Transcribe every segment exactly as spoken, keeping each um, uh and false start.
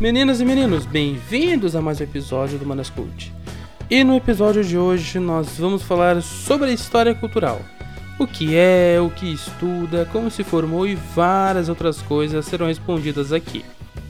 Meninas e meninos, bem-vindos a mais um episódio do Manas Cult. E no episódio de hoje nós vamos falar sobre a história cultural. O que é, o que estuda, como se formou e várias outras coisas serão respondidas aqui.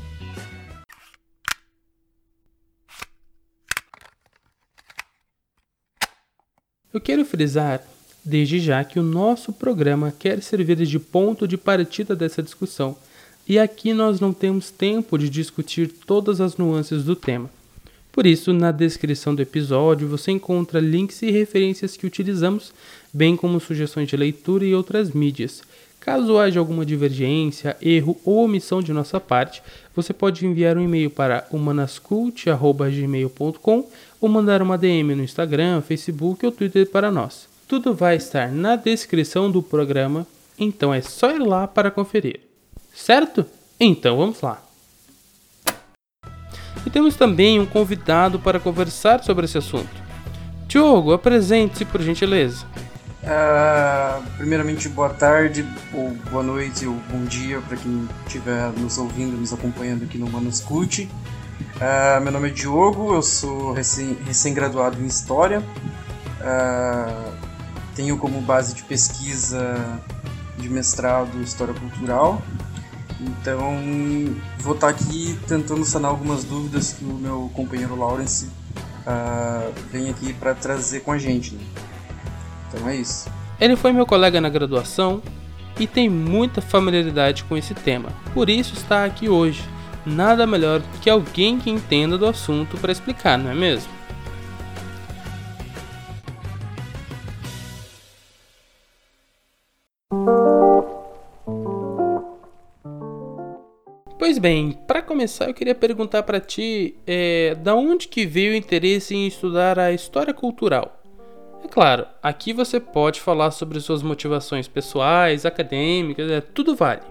Eu quero frisar, desde já, que o nosso programa quer servir de ponto de partida dessa discussão, e aqui nós não temos tempo de discutir todas as nuances do tema. Por isso, na descrição do episódio você encontra links e referências que utilizamos, bem como sugestões de leitura e outras mídias. Caso haja alguma divergência, erro ou omissão de nossa parte, você pode enviar um e-mail para humanascult arroba gmail ponto com ou mandar uma D M no Instagram, Facebook ou Twitter para nós. Tudo vai estar na descrição do programa, então é só ir lá para conferir. Certo? Então vamos lá. E temos também um convidado para conversar sobre esse assunto. Diogo, apresente-se por gentileza. Uh, primeiramente, boa tarde, ou boa noite, ou bom dia para quem estiver nos ouvindo, nos acompanhando aqui no Manas Cult. Uh, meu nome é Diogo, eu sou recém, recém-graduado em História. Uh, tenho como base de pesquisa de mestrado História Cultural. Então, vou estar aqui tentando sanar algumas dúvidas que o meu companheiro Lawrence uh, vem aqui para trazer com a gente, né? Então é isso. Ele foi meu colega na graduação e tem muita familiaridade com esse tema, por isso está aqui hoje. Nada melhor que alguém que entenda do assunto para explicar, não é mesmo? Pois bem, para começar eu queria perguntar para ti, é, da onde que veio o interesse em estudar a história cultural? É claro, aqui você pode falar sobre suas motivações pessoais, acadêmicas, é, tudo vale.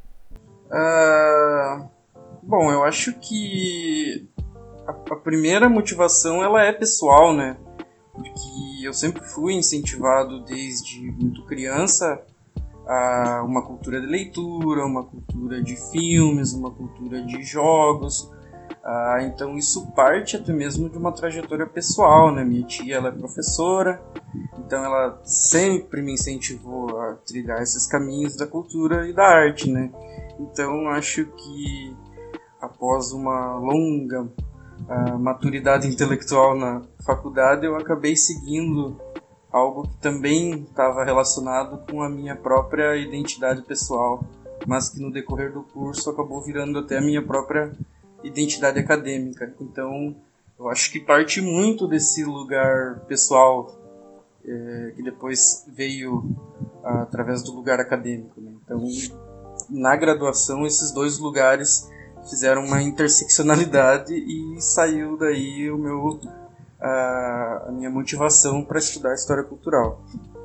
Uh, bom, eu acho que a, a primeira motivação ela é pessoal, né? Porque eu sempre fui incentivado desde muito criança a uma cultura de leitura, uma cultura de filmes, uma cultura de jogos. Ah, então isso parte até mesmo de uma trajetória pessoal, né? Minha tia ela é professora, então ela sempre me incentivou a trilhar esses caminhos da cultura e da arte, né? Então acho que após uma longa ah, maturidade intelectual na faculdade eu acabei seguindo algo que também estava relacionado com a minha própria identidade pessoal, mas que no decorrer do curso acabou virando até a minha própria identidade acadêmica. Então, eu acho que parte muito desse lugar pessoal é, que depois veio ah, através do lugar acadêmico, né? Então, na graduação, esses dois lugares fizeram uma interseccionalidade e saiu daí o meu, ah, a minha motivação para estudar história cultural.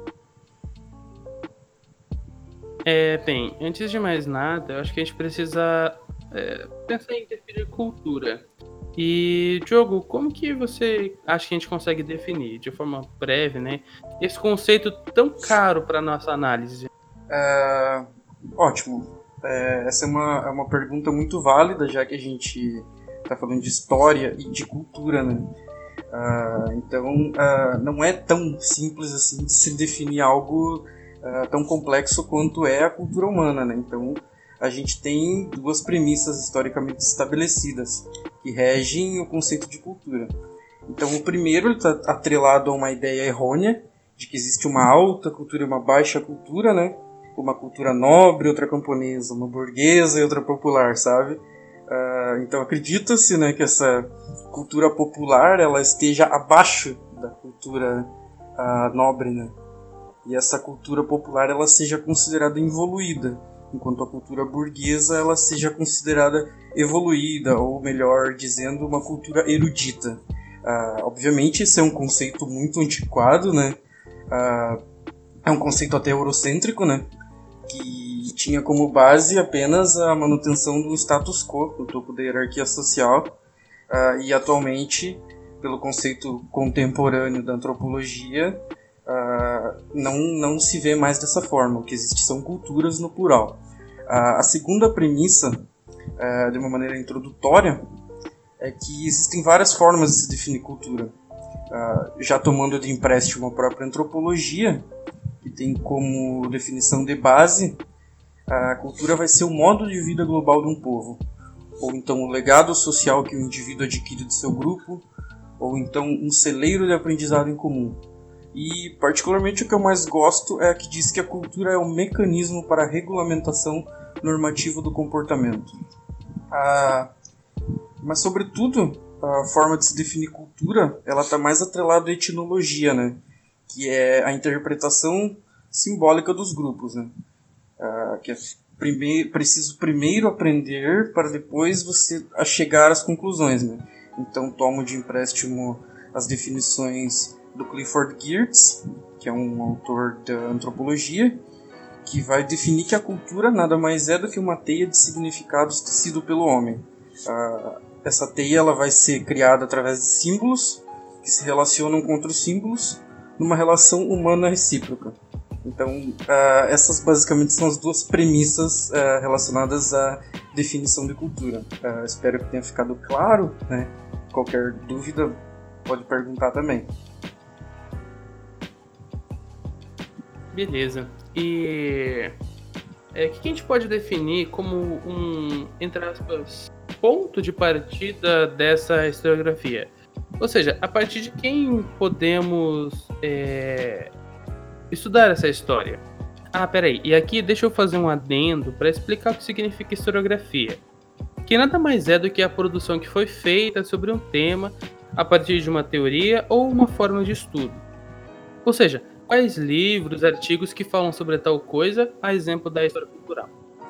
É, bem, antes de mais nada, eu acho que a gente precisa É, pensar em definir cultura. E, Diogo, como que você acha que a gente consegue definir, de forma breve, né, esse conceito tão caro para nossa análise? É, ótimo. É, essa é uma, é uma pergunta muito válida, já que a gente está falando de história e de cultura, né? Uh, então, uh, não é tão simples assim de se definir algo uh, tão complexo quanto é a cultura humana, né? Então, a gente tem duas premissas historicamente estabelecidas que regem o conceito de cultura. Então, o primeiro está atrelado a uma ideia errônea de que existe uma alta cultura e uma baixa cultura, né? Uma cultura nobre, outra camponesa, uma burguesa e outra popular, sabe? Uh, então, acredita-se, né, que essa cultura popular ela esteja abaixo da cultura uh, nobre, né? E essa cultura popular ela seja considerada evoluída, enquanto a cultura burguesa ela seja considerada evoluída, ou melhor dizendo, uma cultura erudita. Uh, obviamente, esse é um conceito muito antiquado, né? Uh, é um conceito até eurocêntrico, né? Que tinha como base apenas a manutenção do status quo, no topo da hierarquia social, uh, e atualmente, pelo conceito contemporâneo da antropologia, Uh, não, não se vê mais dessa forma. O que existe são culturas no plural. Uh, a segunda premissa uh, de uma maneira introdutória, é que existem várias formas de se definir cultura. Uh, já tomando de empréstimo a própria antropologia, que tem como definição de base, a cultura vai ser o modo de vida global de um povo, ou então o legado social que o indivíduo adquire do seu grupo, ou então um celeiro de aprendizado em comum. E, particularmente, o que eu mais gosto é a que diz que a cultura é um mecanismo para a regulamentação normativa do comportamento. Ah, mas, sobretudo, a forma de se definir cultura ela está mais atrelada à etnologia, né? Que é a interpretação simbólica dos grupos, né? Ah, que é prime- preciso primeiro aprender para depois você chegar às conclusões, né? Então, tomo de empréstimo as definições do Clifford Geertz, que é um autor da antropologia, que vai definir que a cultura nada mais é do que uma teia de significados tecido pelo homem. Uh, essa teia ela vai ser criada através de símbolos que se relacionam com outros símbolos numa relação humana recíproca. Então, uh, essas basicamente são as duas premissas uh, relacionadas à definição de cultura. Uh, espero que tenha ficado claro, né? Qualquer dúvida pode perguntar também. Beleza. E é, o que a gente pode definir como um, entre aspas, ponto de partida dessa historiografia? Ou seja, a partir de quem podemos é, estudar essa história? Ah, peraí. E aqui deixa eu fazer um adendo para explicar o que significa historiografia. Que nada mais é do que a produção que foi feita sobre um tema a partir de uma teoria ou uma forma de estudo. Ou seja, quais livros, artigos que falam sobre tal coisa, a exemplo da história cultural?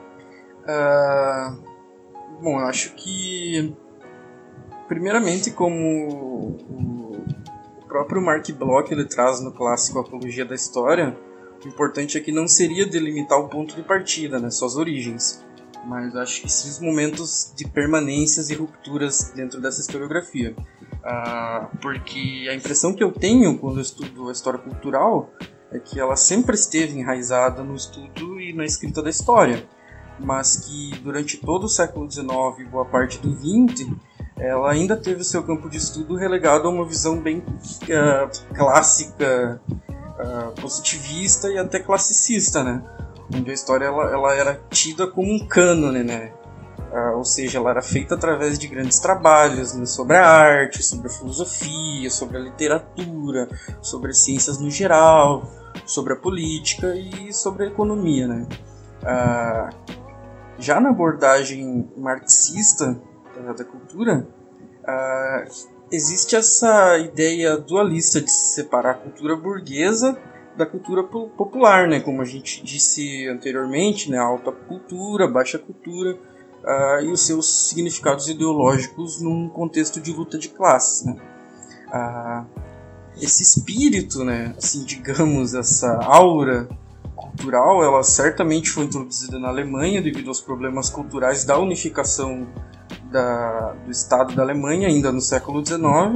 Uh, bom, eu acho que, primeiramente, como o próprio Mark Bloch ele traz no clássico Apologia da História, o importante é que não seria delimitar o ponto de partida, né, suas origens, mas acho que sim os momentos de permanências e rupturas dentro dessa historiografia. Uh, porque a impressão que eu tenho quando eu estudo a história cultural é que ela sempre esteve enraizada no estudo e na escrita da história, mas que durante todo o século dezenove e boa parte do vinte, ela ainda teve o seu campo de estudo relegado a uma visão bem uh, clássica, uh, positivista e até classicista, né? Onde a história ela, ela era tida como um cânone, né? Uh, ou seja, ela era feita através de grandes trabalhos, né, sobre a arte, sobre a filosofia, sobre a literatura, sobre as ciências no geral, sobre a política e sobre a economia, né? Uh, já na abordagem marxista uh, da cultura, uh, existe essa ideia dualista de se separar a cultura burguesa da cultura popular, né? Como a gente disse anteriormente, né? Alta cultura, baixa cultura, Uh, e os seus significados ideológicos num contexto de luta de classes, né? Uh, esse espírito, né, assim, digamos, essa aura cultural, ela certamente foi introduzida na Alemanha devido aos problemas culturais da unificação da, do Estado da Alemanha, ainda no século dezenove,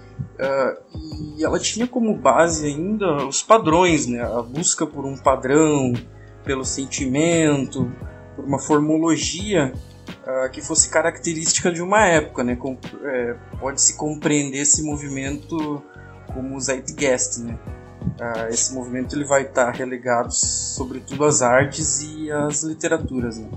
uh, e ela tinha como base ainda os padrões, né, a busca por um padrão, pelo sentimento, por uma formologia uh, que fosse característica de uma época, né? Com, é, pode-se compreender esse movimento como o Zeitgeist, né? Uh, esse movimento ele vai estar relegado sobretudo às artes e às literaturas, né?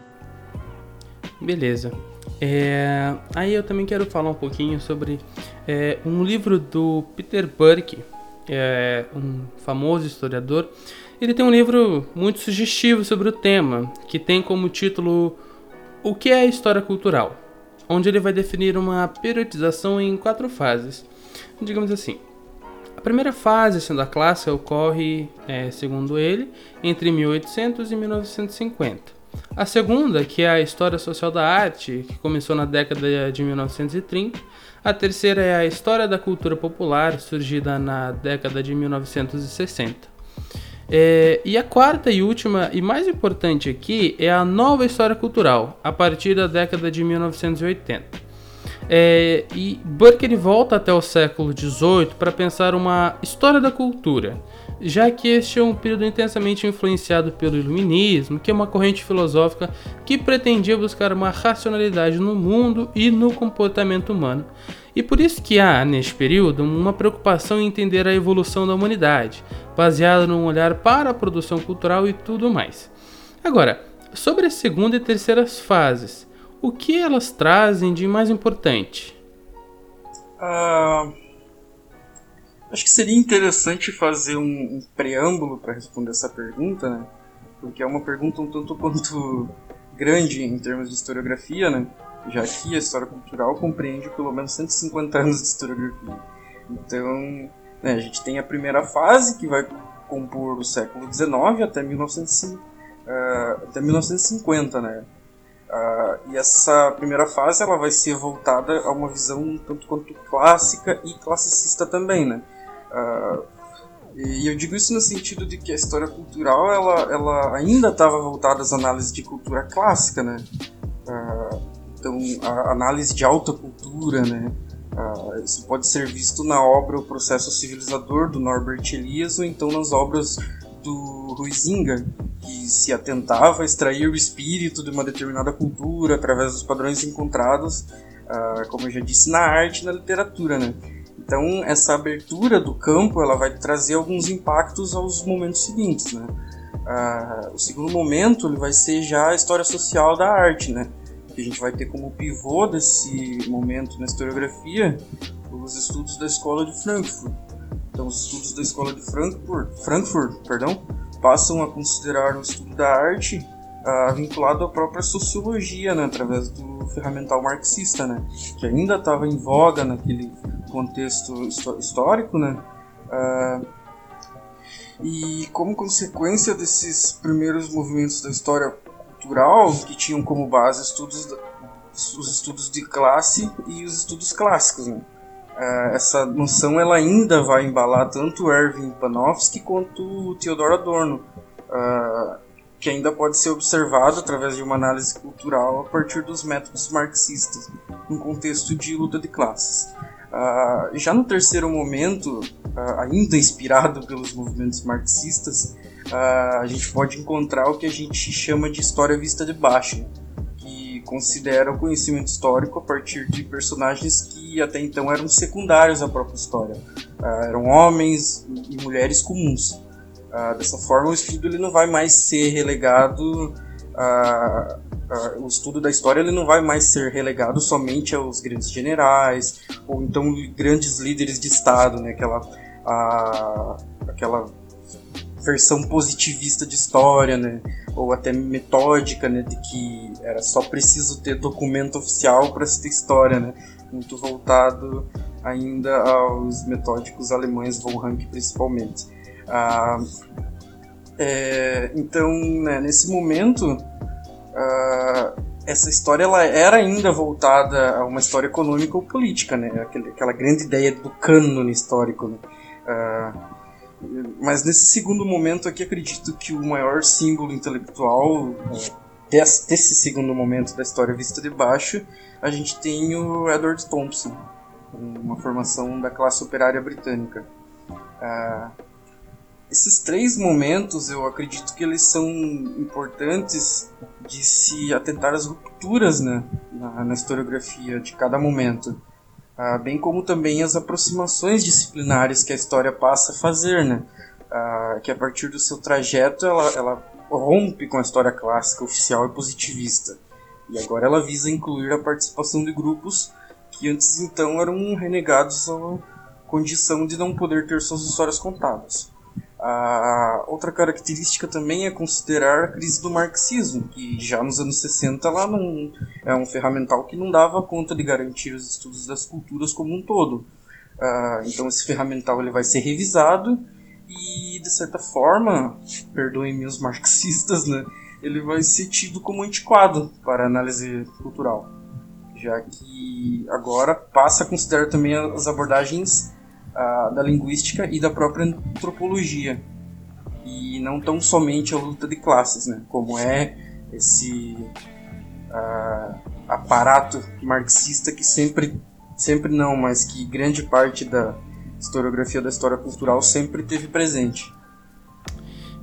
Beleza. É, aí eu também quero falar um pouquinho sobre é, um livro do Peter Burke, é, um famoso historiador. Ele tem um livro muito sugestivo sobre o tema, que tem como título O que é a História Cultural?, onde ele vai definir uma periodização em quatro fases. Digamos assim, a primeira fase, sendo a clássica, ocorre, é, segundo ele, entre mil e oitocentos e mil novecentos e cinquenta. A segunda, que é a História Social da Arte, que começou na década de mil novecentos e trinta. A terceira é a História da Cultura Popular, surgida na década de mil novecentos e sessenta. É, e a quarta e última e mais importante aqui é a nova história cultural, a partir da década de mil novecentos e oitenta. É, e Burke ele volta até o século dezoito para pensar uma história da cultura, já que este é um período intensamente influenciado pelo Iluminismo, que é uma corrente filosófica que pretendia buscar uma racionalidade no mundo e no comportamento humano. E por isso que há, neste período, uma preocupação em entender a evolução da humanidade, baseada num olhar para a produção cultural e tudo mais. Agora, sobre a segunda e terceiras fases, o que elas trazem de mais importante? Uh, acho que seria interessante fazer um, um preâmbulo para responder essa pergunta, né? Porque é uma pergunta um tanto quanto grande em termos de historiografia, né? Já que a história cultural compreende pelo menos cento e cinquenta anos de historiografia. Então, né, a gente tem a primeira fase, que vai compor o século dezenove até mil novecentos, uh, até mil novecentos e cinquenta, né? Uh, e essa primeira fase ela vai ser voltada a uma visão um tanto quanto clássica e classicista também, né? Uh, e eu digo isso no sentido de que a história cultural ela, ela ainda estava voltada às análises de cultura clássica, né? Uh, então, a análise de alta cultura, né? Uh, isso pode ser visto na obra O Processo Civilizador, do Norbert Elias, ou então nas obras do Huizinga, que se atentava a extrair o espírito de uma determinada cultura através dos padrões encontrados, uh, como eu já disse, na arte e na literatura, né? Então, essa abertura do campo ela vai trazer alguns impactos aos momentos seguintes, né? Uh, o segundo momento ele vai ser já a história social da arte, né? Que a gente vai ter como pivô desse momento na historiografia os estudos da Escola de Frankfurt. Então, os estudos da Escola de Frankfurt, Frankfurt perdão, passam a considerar o estudo da arte uh, vinculado à própria sociologia, né, através do ferramental marxista, né, que ainda estava em voga naquele contexto histórico, né, uh, e como consequência desses primeiros movimentos da história cultural, que tinham como base estudos da, os estudos de classe e os estudos clássicos, né? Uh, essa noção ela ainda vai embalar tanto o Erwin Panofsky quanto o Theodor Adorno, uh, que ainda pode ser observado através de uma análise cultural a partir dos métodos marxistas, num contexto de luta de classes. Uh, já no terceiro momento, uh, ainda inspirado pelos movimentos marxistas, uh, a gente pode encontrar o que a gente chama de história vista de baixo, que considera o conhecimento histórico a partir de personagens que até então eram secundários à própria história. Uh, eram homens e mulheres comuns. Uh, dessa forma, o estudo ele não vai mais ser relegado... Uh, uh, o estudo da história ele não vai mais ser relegado somente aos grandes generais ou então grandes líderes de Estado, né? aquela, uh, aquela versão positivista de história, né? Ou até metódica, né? De que era só preciso ter documento oficial para se ter história, né? Muito voltado ainda aos metódicos alemães, von Ranke principalmente. Uh, É, então, né, nesse momento, uh, essa história ela era ainda voltada a uma história econômica ou política, né? Aquela, aquela grande ideia do cânone histórico, né? Uh, mas nesse segundo momento aqui, acredito que o maior símbolo intelectual uh, desse, desse segundo momento da história vista de baixo, a gente tem o Edward Thompson, uma formação da classe operária britânica. Uh, Esses três momentos, eu acredito que eles são importantes de se atentar às rupturas, né, na, na historiografia de cada momento, ah, bem como também as aproximações disciplinares que a história passa a fazer, né, ah, que a partir do seu trajeto ela, ela rompe com a história clássica, oficial e positivista, e agora ela visa incluir a participação de grupos que antes então eram renegados à condição de não poder ter suas histórias contadas. A outra característica também é considerar a crise do marxismo, que já nos anos sessenta lá não, é um ferramental que não dava conta de garantir os estudos das culturas como um todo. Uh, então esse ferramental ele vai ser revisado e, de certa forma, perdoem-me os marxistas, né, ele vai ser tido como antiquado para a análise cultural, já que agora passa a considerar também as abordagens Uh, da linguística e da própria antropologia, e não tão somente a luta de classes, né, como é esse uh, aparato marxista que sempre, sempre não, mas que grande parte da historiografia da história cultural sempre teve presente.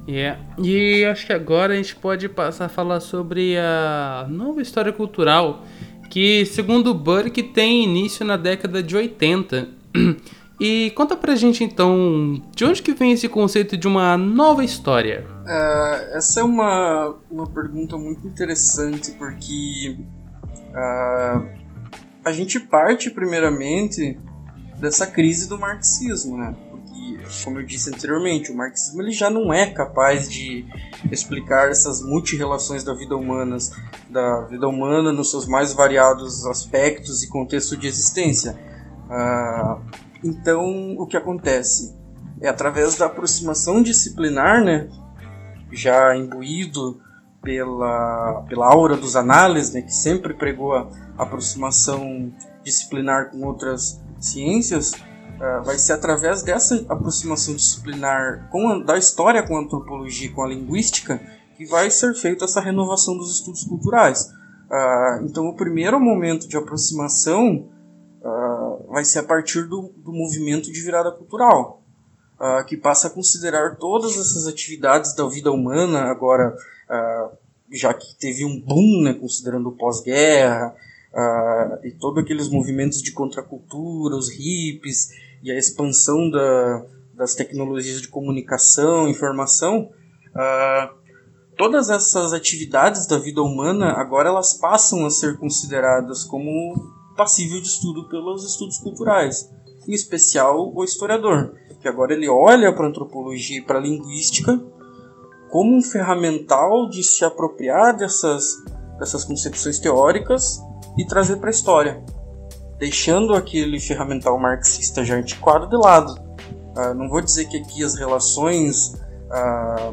É, e acho que agora a gente pode passar a falar sobre a nova história cultural, que, segundo o Burke, tem início na década de oitenta. E conta pra gente então, de onde que vem esse conceito de uma nova história? Uh, essa é uma, uma pergunta muito interessante, porque uh, a gente parte primeiramente dessa crise do marxismo, né? Porque, como eu disse anteriormente, o marxismo ele já não é capaz de explicar essas multirrelações da vida humana, da vida humana nos seus mais variados aspectos e contexto de existência. Uh, então, o que acontece? É através da aproximação disciplinar, né, já imbuído pela, pela aura dos análises, né, que sempre pregou a aproximação disciplinar com outras ciências, uh, vai ser através dessa aproximação disciplinar com a, da história com a antropologia, com a linguística, que vai ser feita essa renovação dos estudos culturais. Uh, então, o primeiro momento de aproximação uh, vai ser a partir do, do movimento de virada cultural, uh, que passa a considerar todas essas atividades da vida humana, agora, uh, já que teve um boom, né, considerando o pós-guerra, Uh, e todos aqueles movimentos de contracultura, os hippies e a expansão da, das tecnologias de comunicação, informação, uh, todas essas atividades da vida humana agora elas passam a ser consideradas como passível de estudo pelos estudos culturais, em especial o historiador, que agora ele olha para a antropologia e para a linguística como um ferramental de se apropriar dessas, dessas concepções teóricas e trazer para a história, deixando aquele ferramental marxista já antiquado de lado. Uh, não vou dizer que aqui as relações uh,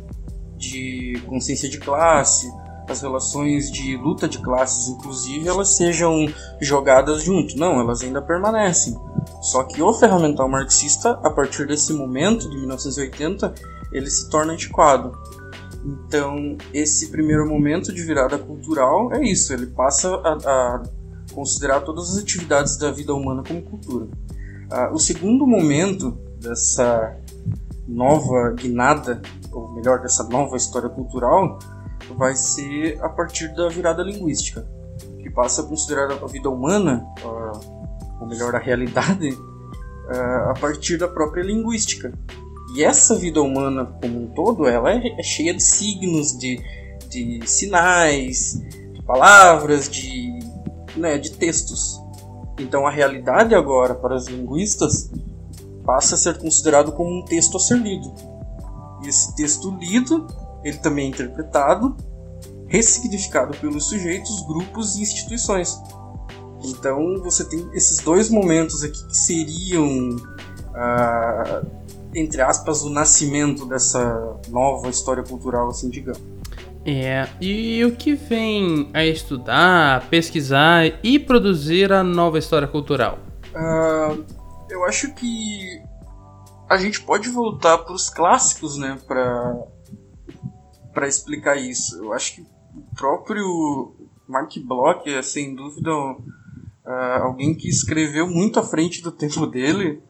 de consciência de classe, as relações de luta de classes, inclusive, elas sejam jogadas junto. Não, elas ainda permanecem. Só que o ferramental marxista, a partir desse momento, de mil novecentos e oitenta, ele se torna antiquado. Então, esse primeiro momento de virada cultural é isso, ele passa a, a considerar todas as atividades da vida humana como cultura. Uh, o segundo momento dessa nova guinada, ou melhor, dessa nova história cultural, vai ser a partir da virada linguística, que passa a considerar a vida humana, uh, ou melhor, a realidade, uh, a partir da própria linguística. E essa vida humana como um todo, ela é cheia de signos, de, de sinais, de palavras, de, né, de textos. Então a realidade agora, para os linguistas, passa a ser considerado como um texto a ser lido. E esse texto lido, ele também é interpretado, ressignificado pelos sujeitos, grupos e instituições. Então você tem esses dois momentos aqui que seriam... Ah, entre aspas, o nascimento dessa nova história cultural, assim, digamos. É, e o que vem a estudar, pesquisar e produzir a nova história cultural? Uh, eu acho que a gente pode voltar para os clássicos, né, para para explicar isso. Eu acho que o próprio Mark Bloch é, sem dúvida, uh, alguém que escreveu muito à frente do tempo dele,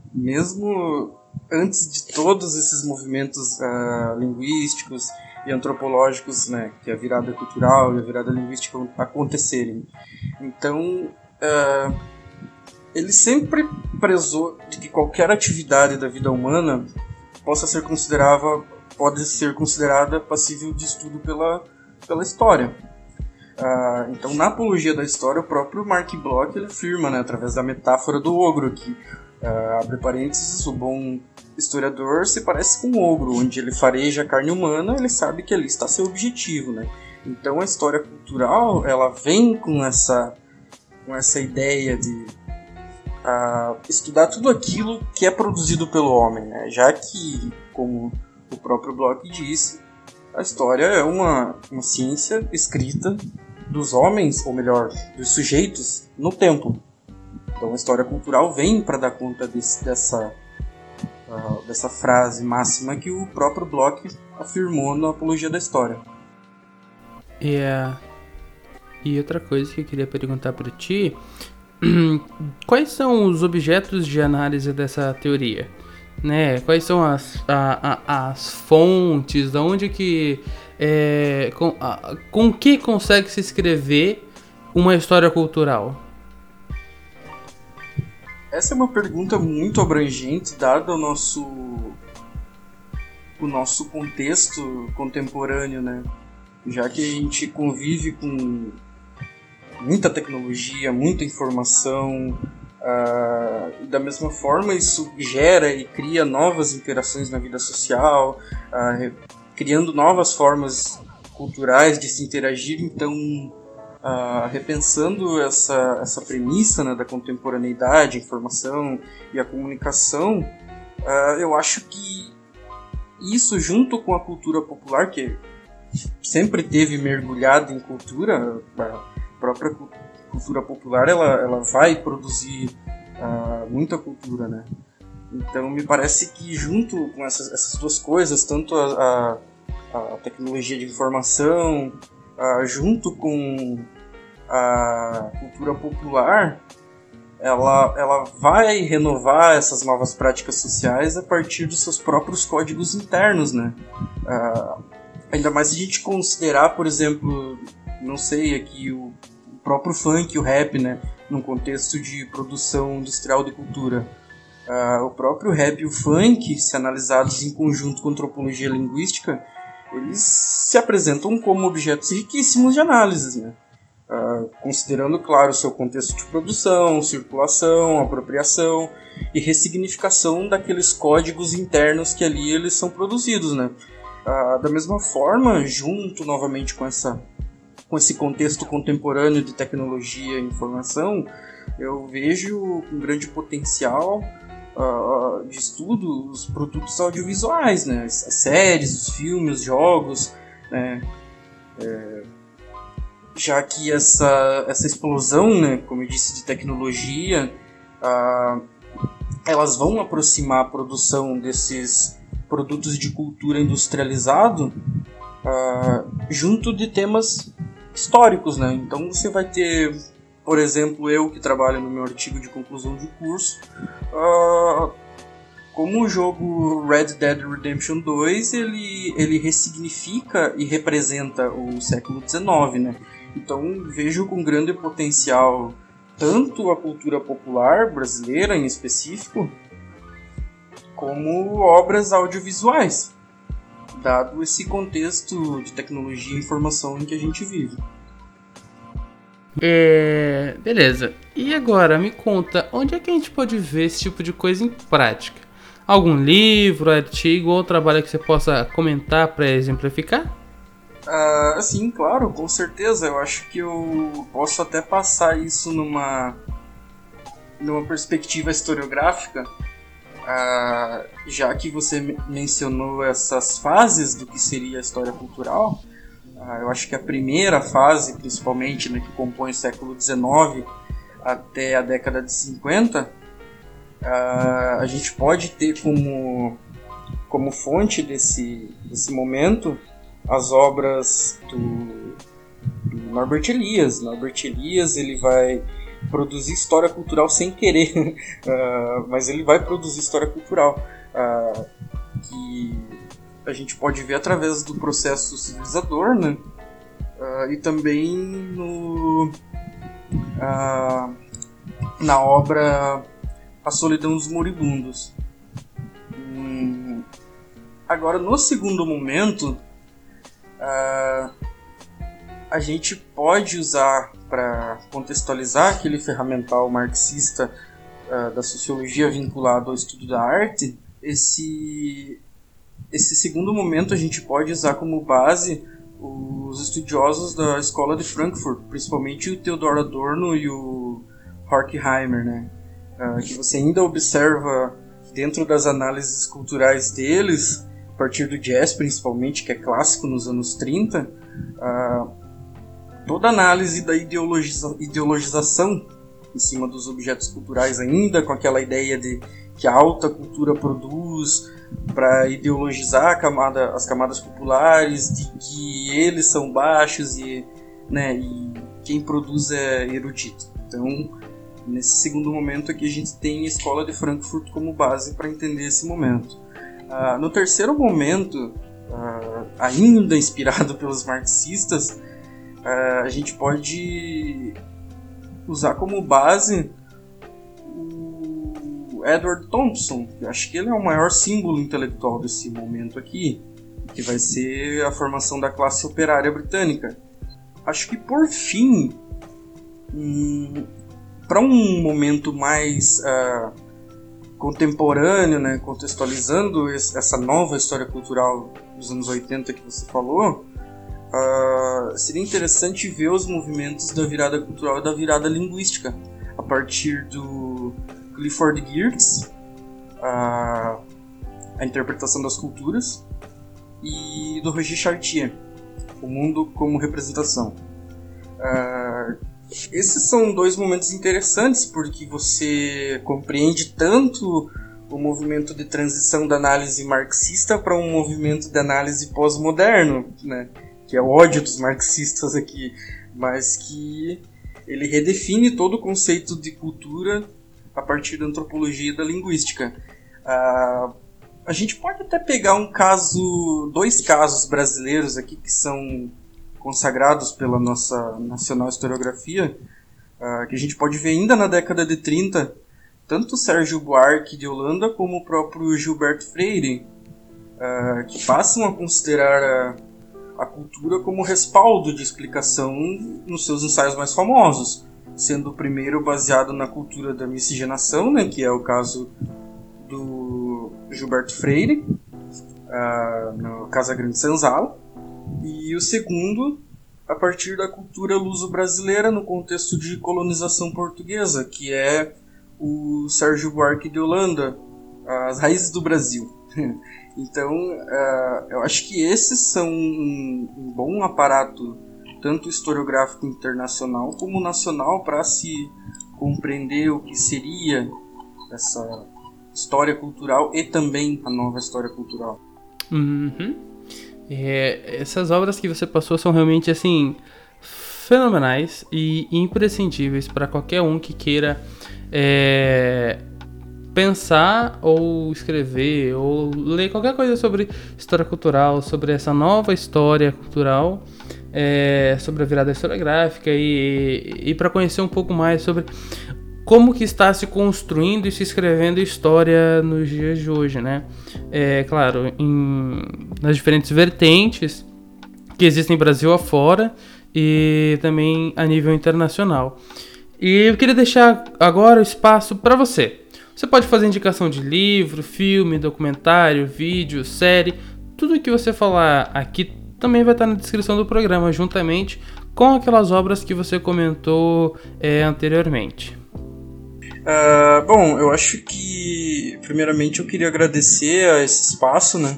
mesmo antes de todos esses movimentos uh, linguísticos e antropológicos, né, que a virada cultural e a virada linguística acontecerem. Então, uh, ele sempre prezou de que qualquer atividade da vida humana possa ser considerada, pode ser considerada passível de estudo pela, pela história. Uh, então, na apologia da história, o próprio Mark Bloch ele afirma, né, através da metáfora do ogro, que Uh, abre parênteses, o bom historiador se parece com um ogro, onde ele fareja a carne humana, ele sabe que ali está seu objetivo, né? Então a história cultural, ela vem com essa, com essa ideia de uh, estudar tudo aquilo que é produzido pelo homem, né? Já que, como o próprio Bloch disse, a história é uma, uma ciência escrita dos homens, ou melhor, dos sujeitos, no tempo. Então a história cultural vem para dar conta desse, dessa, uh, dessa frase máxima que o próprio Bloch afirmou na Apologia da História. É... E outra coisa que eu queria perguntar para ti, quais são os objetos de análise dessa teoria? né? Quais são as, a, a, as fontes, da onde que é, com, a, com que consegue se escrever uma história cultural? Essa é uma pergunta muito abrangente, dado o nosso o nosso contexto contemporâneo, né? Já que a gente convive com muita tecnologia, muita informação, uh, e da mesma forma isso gera e cria novas interações na vida social, uh, criando novas formas culturais de se interagir. Então, uh, repensando essa, essa premissa, né, da contemporaneidade, a informação e a comunicação, uh, eu acho que isso, junto com a cultura popular, que sempre teve mergulhado em cultura, a própria cultura popular ela, ela vai produzir uh, muita cultura, né? Então me parece que junto com essas, essas duas coisas, tanto a, a, a tecnologia de informação, uh, junto com a cultura popular, ela, ela vai renovar essas novas práticas sociais a partir dos seus próprios códigos internos, né? Uh, ainda mais se a gente considerar, por exemplo, não sei, aqui o próprio funk, o rap, né? Num contexto de produção industrial de cultura. Uh, o próprio rap e o funk, se analisados em conjunto com antropologia linguística, eles se apresentam como objetos riquíssimos de análise, né? Uh, considerando, claro, o seu contexto de produção, circulação, apropriação e ressignificação daqueles códigos internos que ali eles são produzidos, né? Uh, da mesma forma, junto novamente com, essa, com esse contexto contemporâneo de tecnologia e informação, eu vejo com grande potencial uh, de estudo os produtos audiovisuais, né? As séries, os filmes, os jogos, né? É, já que essa, essa explosão, né, como eu disse, de tecnologia, uh, elas vão aproximar a produção desses produtos de cultura industrializado uh, junto de temas históricos, né? Então você vai ter, por exemplo, eu que trabalho no meu artigo de conclusão de curso, uh, como o jogo Red Dead Redemption dois, ele, ele ressignifica e representa o século dezenove, né? Então vejo com grande potencial tanto a cultura popular brasileira em específico, como obras audiovisuais, dado esse contexto de tecnologia e informação em que a gente vive. É, beleza. E agora, me conta, onde é que a gente pode ver esse tipo de coisa em prática? Algum livro, artigo ou trabalho que você possa comentar para exemplificar? Uh, sim, claro, com certeza. Eu acho que eu posso até passar isso numa, numa perspectiva historiográfica, uh, já que você mencionou essas fases do que seria a história cultural. Uh, eu acho que a primeira fase, principalmente, né, que compõe o século dezenove até a década de cinquenta, uh, a gente pode ter como, como fonte desse, desse momento as obras do, do Norbert Elias. Norbert Elias, ele vai produzir história cultural sem querer, uh, mas ele vai produzir história cultural, uh, que a gente pode ver através do processo civilizador, né? Uh, e também no, uh, na obra A Solidão dos Moribundos. Hum, agora, no segundo momento, Uh, a gente pode usar para contextualizar aquele ferramental marxista uh, da sociologia vinculado ao estudo da arte. Esse, esse segundo momento a gente pode usar como base os estudiosos da escola de Frankfurt, principalmente o Theodor Adorno e o Horkheimer, né? Uh, que você ainda observa dentro das análises culturais deles, a partir do jazz principalmente, que é clássico nos anos trinta, uh, toda análise da ideologiza- ideologização em cima dos objetos culturais, ainda com aquela ideia de que a alta cultura produz para ideologizar a camada, as camadas populares, de que eles são baixos e, né, e quem produz é erudito. Então Nesse segundo momento aqui a gente tem a Escola de Frankfurt como base para entender esse momento. Uh, no terceiro momento, uh, ainda inspirado pelos marxistas, uh, a gente pode usar como base o Edward Thompson, que eu acho que ele é o maior símbolo intelectual desse momento aqui, que vai ser a formação da classe operária britânica. Acho que, por fim, hum, para um momento mais uh, contemporâneo, né, contextualizando esse, essa nova história cultural dos anos oitenta que você falou, uh, seria interessante ver os movimentos da virada cultural e da virada linguística, a partir do Clifford Geertz, uh, a interpretação das culturas, e do Roger Chartier, o mundo como representação. Uh, esses são dois momentos interessantes, porque você compreende tanto o movimento de transição da análise marxista para um movimento de análise pós-moderno, né, que é o ódio dos marxistas aqui, mas que ele redefine todo o conceito de cultura a partir da antropologia e da linguística. Uh, a gente pode até pegar um caso, dois casos brasileiros aqui que são consagrados pela nossa nacional historiografia, uh, que a gente pode ver ainda na década de trinta, tanto o Sérgio Buarque de Holanda como o próprio Gilberto Freire, uh, que passam a considerar a, a cultura como respaldo de explicação nos seus ensaios mais famosos, sendo o primeiro baseado na cultura da miscigenação, né, que é o caso do Gilberto Freire, uh, no Casa Grande Senzala, e o segundo a partir da cultura luso-brasileira no contexto de colonização portuguesa, que é o Sérgio Buarque de Holanda, As Raízes do Brasil. Então, uh, eu acho que esses são um, um bom aparato, tanto historiográfico internacional como nacional, para se compreender o que seria essa história cultural e também a nova história cultural. Uhum. É, essas obras que você passou são realmente assim fenomenais e imprescindíveis para qualquer um que queira é, pensar ou escrever ou ler qualquer coisa sobre história cultural, sobre essa nova história cultural, é, sobre a virada historiográfica e, e, e para conhecer um pouco mais sobre como que está se construindo e se escrevendo história nos dias de hoje, né? É claro, em, nas diferentes vertentes que existem Brasil afora e também a nível internacional. E eu queria deixar agora o espaço para você. Você pode fazer indicação de livro, filme, documentário, vídeo, série. Tudo o que você falar aqui também vai estar na descrição do programa, juntamente com aquelas obras que você comentou é, anteriormente. Uh, bom, eu acho que primeiramente eu queria agradecer a esse espaço, né?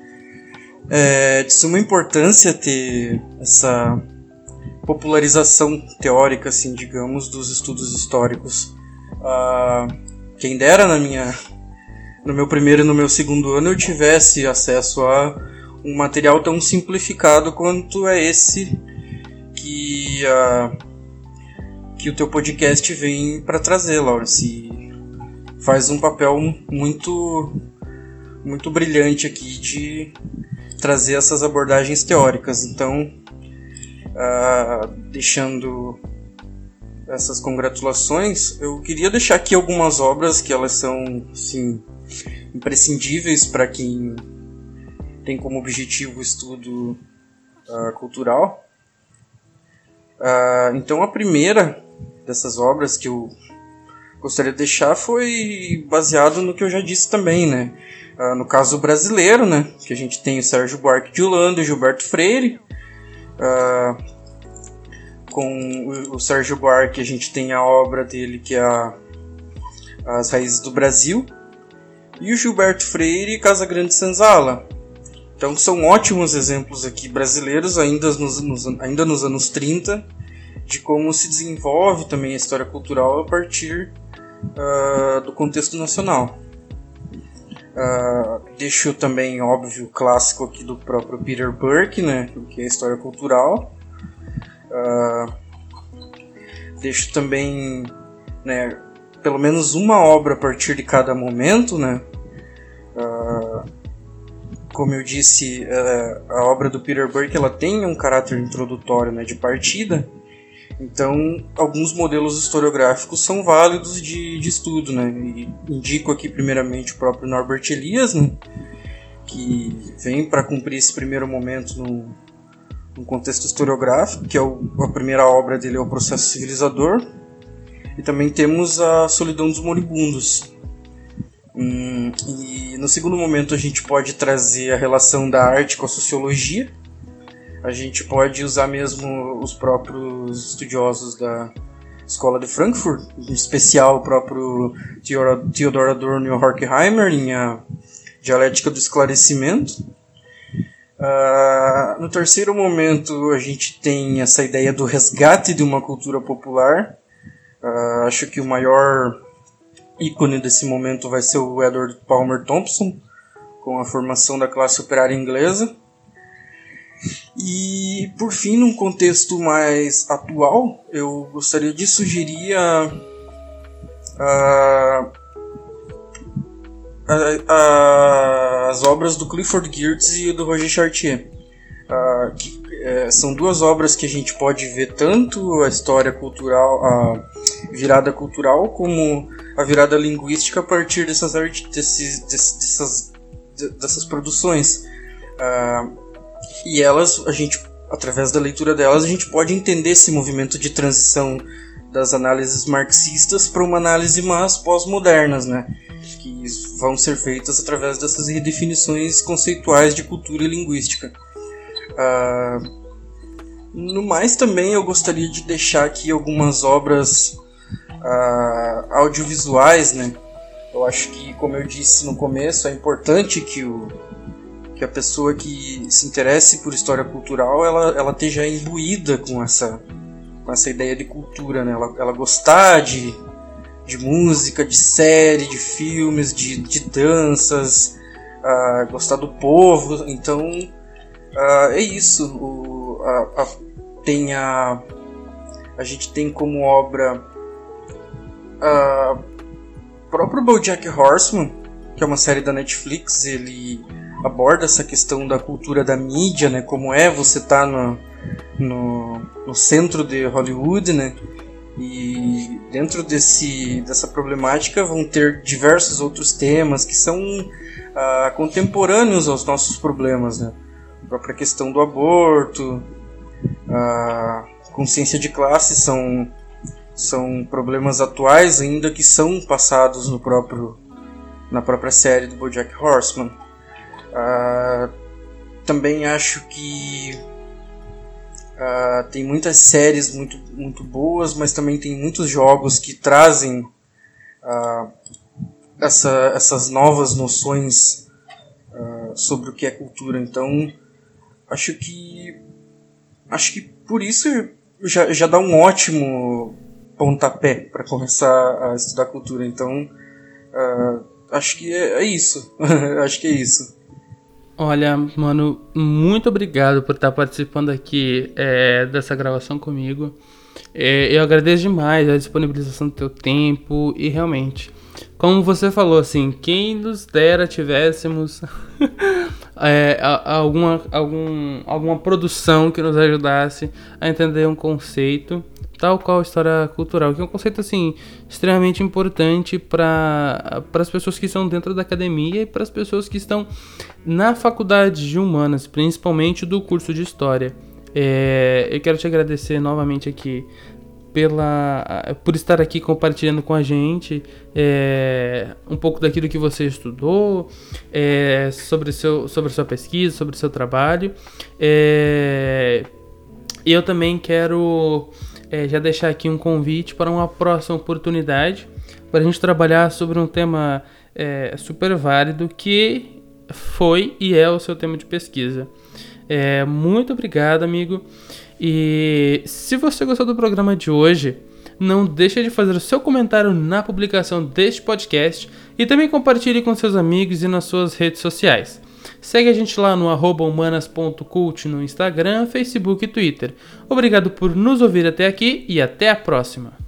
É de suma importância ter essa popularização teórica, assim, digamos, dos estudos históricos. Uh, quem dera na minha, no meu primeiro e no meu segundo ano eu tivesse acesso a um material tão simplificado quanto é esse que uh, que o teu podcast vem para trazer, Laurence. Faz um papel muito, muito brilhante aqui de trazer essas abordagens teóricas. Então, uh, deixando essas congratulações, eu queria deixar aqui algumas obras que elas são, assim, imprescindíveis para quem tem como objetivo o estudo uh, cultural. Uh, então, a primeira dessas obras que eu gostaria de deixar foi baseado no que eu já disse também, né? Uh, no caso brasileiro, né? Que a gente tem o Sérgio Buarque de Holanda e Gilberto Freire. Uh, com o, o Sérgio Buarque a gente tem a obra dele que é a, As Raízes do Brasil. E o Gilberto Freire, Casa Grande Senzala. Então são ótimos exemplos aqui brasileiros, ainda nos, nos, ainda nos anos trinta, de como se desenvolve também a história cultural a partir uh, do contexto nacional. Uh, deixo também, óbvio, o clássico aqui do próprio Peter Burke, né, que é a história cultural. Uh, deixo também né, pelo menos uma obra a partir de cada momento, né? Uh, como eu disse, uh, a obra do Peter Burke ela tem um caráter introdutório, né, de partida. Então, alguns modelos historiográficos são válidos de, de estudo, né? E indico aqui primeiramente o próprio Norbert Elias, né? Que vem para cumprir esse primeiro momento no, no contexto historiográfico, que é o, a primeira obra dele é o Processo Civilizador. E também temos a Solidão dos Moribundos. Hum, e no segundo momento a gente pode trazer a relação da arte com a sociologia. A gente pode usar mesmo os próprios estudiosos da Escola de Frankfurt, em especial o próprio Theodor Adorno e o Horkheimer em A Dialética do Esclarecimento. Uh, no terceiro momento a gente tem essa ideia do resgate de uma cultura popular. Uh, acho que o maior ícone desse momento vai ser o Edward Palmer Thompson, com a formação da classe operária inglesa. E, por fim, num contexto mais atual, eu gostaria de sugerir a, a, a, a, as obras do Clifford Geertz e do Roger Chartier. A, que, é, são duas obras que a gente pode ver tanto a história cultural, a virada cultural, como a virada linguística a partir dessas, arti- desses, dessas, dessas produções. A, E elas, a gente, através da leitura delas, a gente pode entender esse movimento de transição das análises marxistas para uma análise mais pós-modernas, né? Que vão ser feitas através dessas redefinições conceituais de cultura e linguística. Uh, no mais, também eu gostaria de deixar aqui algumas obras uh, audiovisuais, né? Eu acho que, como eu disse no começo, é importante que o que a pessoa que se interesse por história cultural ela, ela esteja imbuída com essa, com essa ideia de cultura, né? Ela, ela gostar de, de música, de série, de filmes, de, de danças, uh, gostar do povo. Então, uh, é isso. O, a, a, tem a, a gente tem como obra o uh, próprio BoJack Horseman, que é uma série da Netflix. Ele aborda essa questão da cultura da mídia, né? Como é você estar tá no, no, no centro de Hollywood, né? E dentro desse, dessa problemática vão ter diversos outros temas que são uh, contemporâneos aos nossos problemas, né? A própria questão do aborto, a consciência de classe são, são problemas atuais ainda que são passados no próprio, na própria série do BoJack Horseman. Uh, também acho que uh, tem muitas séries muito, muito boas, mas também tem muitos jogos que trazem uh, essa, essas novas noções uh, sobre o que é cultura. Então acho que acho que por isso já, já dá um ótimo pontapé para começar a estudar cultura. Então uh, acho que é, é isso. Acho que é isso. Olha, mano, muito obrigado por estar participando aqui é, dessa gravação comigo. É, eu agradeço demais a disponibilização do teu tempo e realmente, como você falou, assim, quem nos dera tivéssemos é, alguma, algum, alguma produção que nos ajudasse a entender um conceito tal qual a história cultural, que é um conceito assim extremamente importante para as pessoas que estão dentro da academia e para as pessoas que estão na faculdade de humanas, principalmente do curso de história. É, eu quero te agradecer novamente aqui pela, por estar aqui compartilhando com a gente é, um pouco daquilo que você estudou, é, sobre, seu, sobre a sua pesquisa, sobre o seu trabalho. É, e eu também quero É, já deixar aqui um convite para uma próxima oportunidade para a gente trabalhar sobre um tema é, super válido que foi e é o seu tema de pesquisa. É, muito obrigado, amigo. E se você gostou do programa de hoje, não deixe de fazer o seu comentário na publicação deste podcast e também compartilhe com seus amigos e nas suas redes sociais. Segue a gente lá no arroba humanas ponto cult no Instagram, Facebook e Twitter. Obrigado por nos ouvir até aqui e até a próxima!